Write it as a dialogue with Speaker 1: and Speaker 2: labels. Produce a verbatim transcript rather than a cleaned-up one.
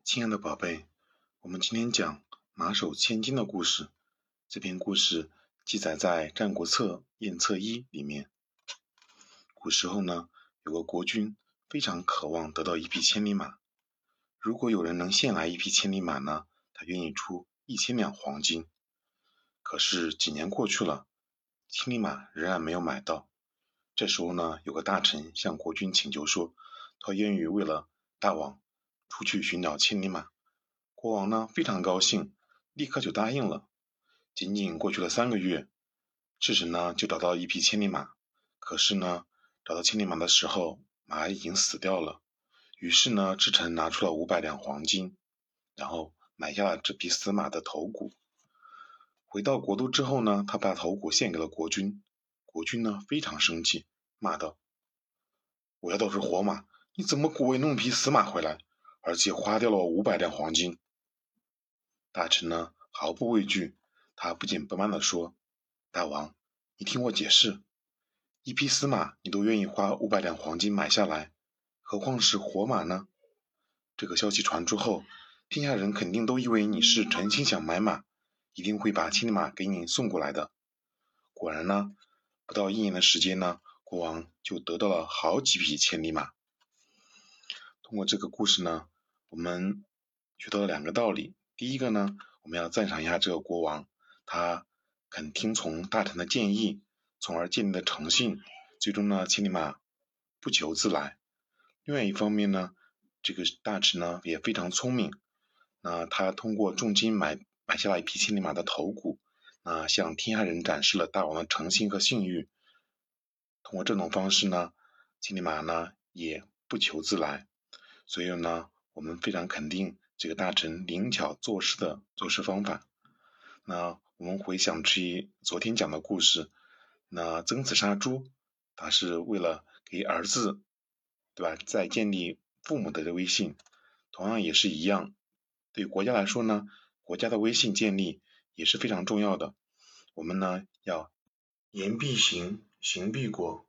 Speaker 1: 亲爱的宝贝，我们今天讲马首千金的故事。这篇故事记载在《战国策·燕策一》里面。古时候呢，有个国君非常渴望得到一匹千里马。如果有人能献来一匹千里马呢，他愿意出一千两黄金。可是几年过去了，千里马仍然没有买到。这时候呢，有个大臣向国君请求说，他愿意为了大王出去寻找千里马。国王呢非常高兴，立刻就答应了。仅仅过去了三个月，智臣呢就找到一匹千里马。可是呢，找到千里马的时候，马已经死掉了。于是呢，智臣拿出了五百两黄金，然后买下了这匹死马的头骨。回到国都之后呢，他把头骨献给了国君。国君呢非常生气，骂道：我要的是活马，你怎么给我弄匹死马回来，而且花掉了五百两黄金？大臣呢毫不畏惧，他不紧不慢地说：大王，你听我解释，一匹死马你都愿意花五百两黄金买下来，何况是活马呢？这个消息传出后，天下人肯定都以为你是诚心想买马，一定会把千里马给你送过来的。果然呢，不到一年的时间呢，国王就得到了好几匹千里马。通过这个故事呢，我们学到了两个道理。第一个呢，我们要赞赏一下这个国王，他肯听从大臣的建议，从而建立了诚信，最终呢，千里马不求自来。另外一方面呢，这个大臣呢也非常聪明，那他通过重金买买下了一匹千里马的头骨，那向天下人展示了大王的诚信和信誉。通过这种方式呢，千里马呢也不求自来。所以呢，我们非常肯定这个大臣灵巧做事的做事方法。那我们回想起昨天讲的故事，那曾子杀猪，他是为了给儿子，对吧，再建立父母的威信。同样也是一样，对国家来说呢，国家的威信建立也是非常重要的。我们呢要言必行，行必果，